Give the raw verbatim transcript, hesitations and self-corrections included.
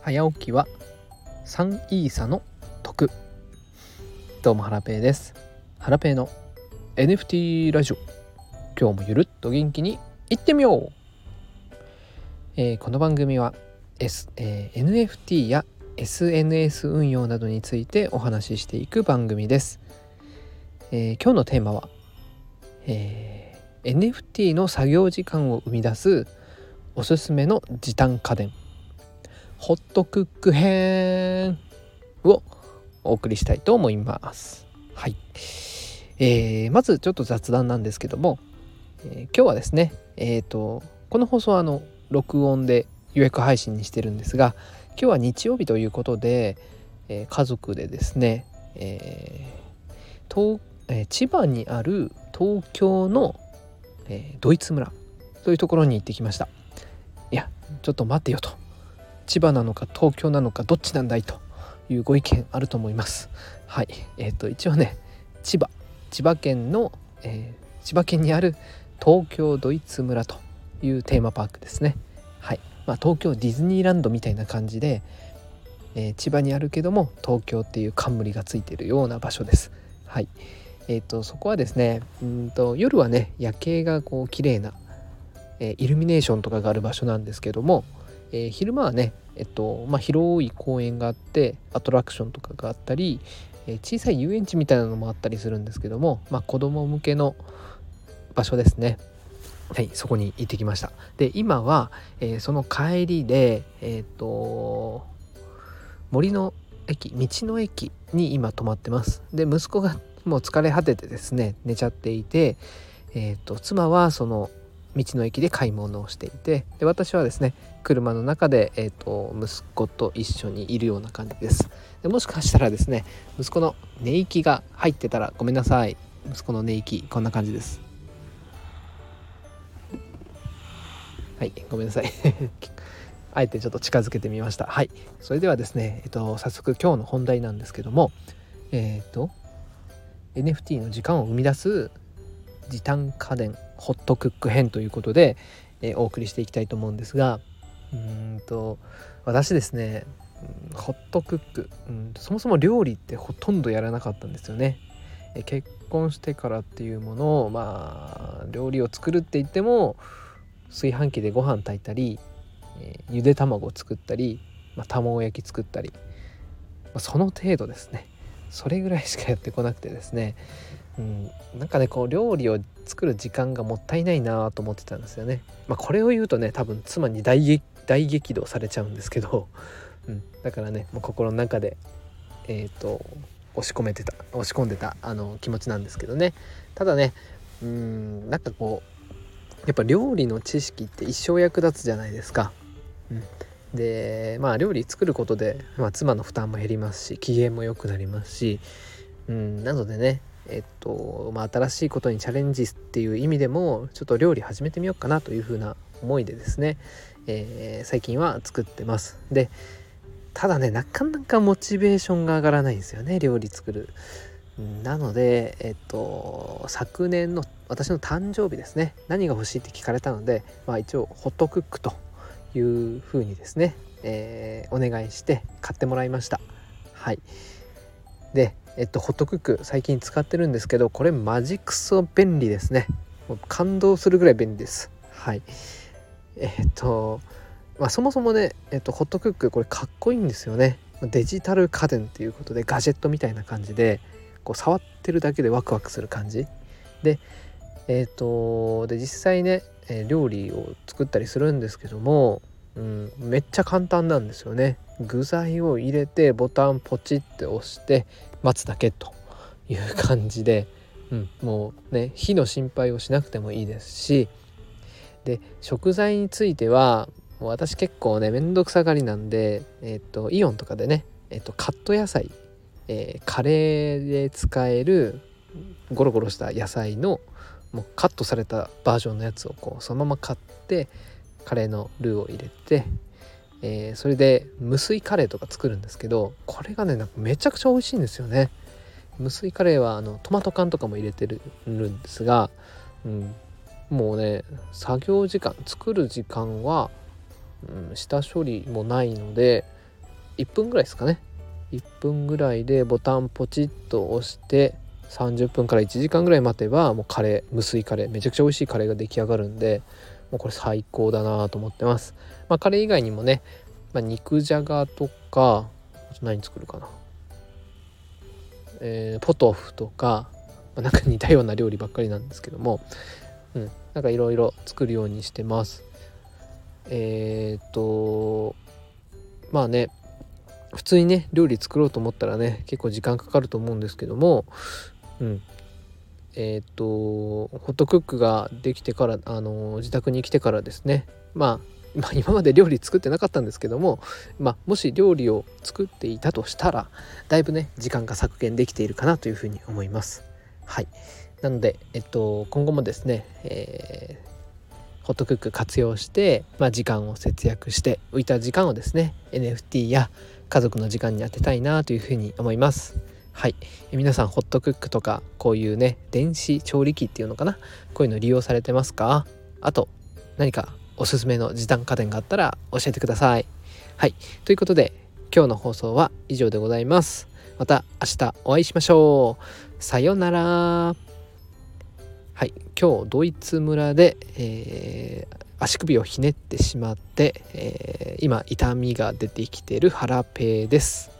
早起きはさんイーサの得。どうもハラペーです。ハラペーの エヌエフティー ラジオ、今日もゆるっと元気にいってみよう。えー、この番組は、S えー、エヌエフティー や エスエヌエス 運用などについてお話ししていく番組です。えー、今日のテーマは、えー、エヌエフティー の作業時間を生み出すおすすめの時短家電ホットクック編をお送りしたいと思います。はい、えー、まずちょっと雑談なんですけども、えー、今日はですね、えーとこの放送はあの録音で予約配信にしてるんですが、今日は日曜日ということで、えー、家族でですね、えー東えー、千葉にある東京の、えー、ドイツ村というところに行ってきました。いやちょっと待ってよと、千葉なのか東京なのかどっちなんだいというご意見あると思います。はい、えー、と一応ね、千葉千葉県の、えー、千葉県にある東京ドイツ村というテーマパークですね。はい、まあ、東京ディズニーランドみたいな感じで、えー、千葉にあるけども東京っていう冠がついているような場所です。はい、えー、とそこはですね、うんと夜はね夜景がこう綺麗な、えー、イルミネーションとかがある場所なんですけども、えー、昼間はね、えっとまあ、広い公園があってアトラクションとかがあったり、えー、小さい遊園地みたいなのもあったりするんですけども、まあ、子供向けの場所ですね。はい、そこに行ってきました。で今は、えー、その帰りで、えー、と森の駅道の駅に今泊まってます。で息子がもう疲れ果ててですね寝ちゃっていて、えー、と妻はその道の駅で買い物をしていて、で私はですね車の中で、えー、と息子と一緒にいるような感じです。でもしかしたらですね息子の寝息が入ってたらごめんなさい。息子の寝息こんな感じです。はいごめんなさいあえてちょっと近づけてみました。はい、それではですね、えっと、早速今日の本題なんですけども、えっと エヌエフティー の時間を生み出す時短家電ホットクック編ということで、えー、お送りしていきたいと思うんですが、うーんと私ですね、ホットクック、うん、そもそも料理ってほとんどやらなかったんですよね。え結婚してからっていうものを、まあ料理を作るって言っても炊飯器でご飯炊いたり、えー、ゆで卵を作ったり、まあ、卵焼き作ったり、まあ、その程度ですね。それぐらいしかやってこなくてですね、うん、なんかねこう料理を作る時間がもったいないなと思ってたんですよね。まあこれを言うとね多分妻に大激大激怒されちゃうんですけど、うん、だからねもう心の中でえっと押し込めてた押し込んでたあの気持ちなんですけどね。ただね、うーんなんかこうやっぱ料理の知識って一生役立つじゃないですか。うん、でまあ料理作ることで、まあ、妻の負担も減りますし機嫌も良くなりますし、うん、なのでねえっとまあ新しいことにチャレンジっていう意味でもちょっと料理始めてみようかなというふうな思いでですね、えー、最近は作ってます。でただねなかなかモチベーションが上がらないんですよね料理作る。なので、えっと、昨年の私の誕生日ですね、何が欲しいって聞かれたので、まあ、一応ホットクックというふうにですね、えー、お願いして買ってもらいました。はい。で、えっと、ホットクック最近使ってるんですけど、これマジクソ便利ですね。もう感動するぐらい便利です。はい。えっと、まあ、そもそもね、えっと、ホットクックこれかっこいいんですよね。デジタル家電っていうことでガジェットみたいな感じで、こう触ってるだけでワクワクする感じで、えー、とで実際ね、えー、料理を作ったりするんですけども、うん、めっちゃ簡単なんですよね。具材を入れてボタンポチって押して待つだけという感じで、うん、もうね火の心配をしなくてもいいですし、で食材についてはもう私結構ねめんどくさがりなんで、えー、とイオンとかでね、えー、とカット野菜、えー、カレーで使えるゴロゴロした野菜のもうカットされたバージョンのやつをこうそのまま買ってカレーのルーを入れて、えー、それで無水カレーとか作るんですけど、これがねなんかめちゃくちゃ美味しいんですよね。無水カレーはあのトマト缶とかも入れてるんですが、うん、もうね作業時間作る時間は、うん、下処理もないのでいっぷんぐらいですかね。いっぷんぐらいでボタンポチッと押してさんじゅっぷんからいちじかんぐらい待てば、もうカレー無水カレーめちゃくちゃ美味しいカレーが出来上がるんで、もうこれ最高だなと思ってます。まあカレー以外にもね、まあ、肉じゃがとか何作るかな、えー、ポトフとか、まあ、なんか似たような料理ばっかりなんですけども、うん、なんかいろいろ作るようにしてます。えっ、とまあね、普通にね料理作ろうと思ったらね結構時間かかると思うんですけども、うんえっ、とホットクックができてから、あの自宅に来てからですね、まあまあ、今まで料理作ってなかったんですけども、まあ、もし料理を作っていたとしたらだいぶね時間が削減できているかなというふうに思います。はい、なので、えっと、今後もですね、えーホットクック活用して、まあ、時間を節約して浮いた時間をですね エヌエフティー や家族の時間に当てたいなというふうに思います。はい、皆さんホットクックとかこういうね電子調理器っていうのかな、こういうの利用されてますか？あと何かおすすめの時短家電があったら教えてください。はい、ということで今日の放送は以上でございます。また明日お会いしましょう。さようなら。はい、今日ドイツ村で、えー、足首をひねってしまって、えー、今痛みが出てきているハラペーです。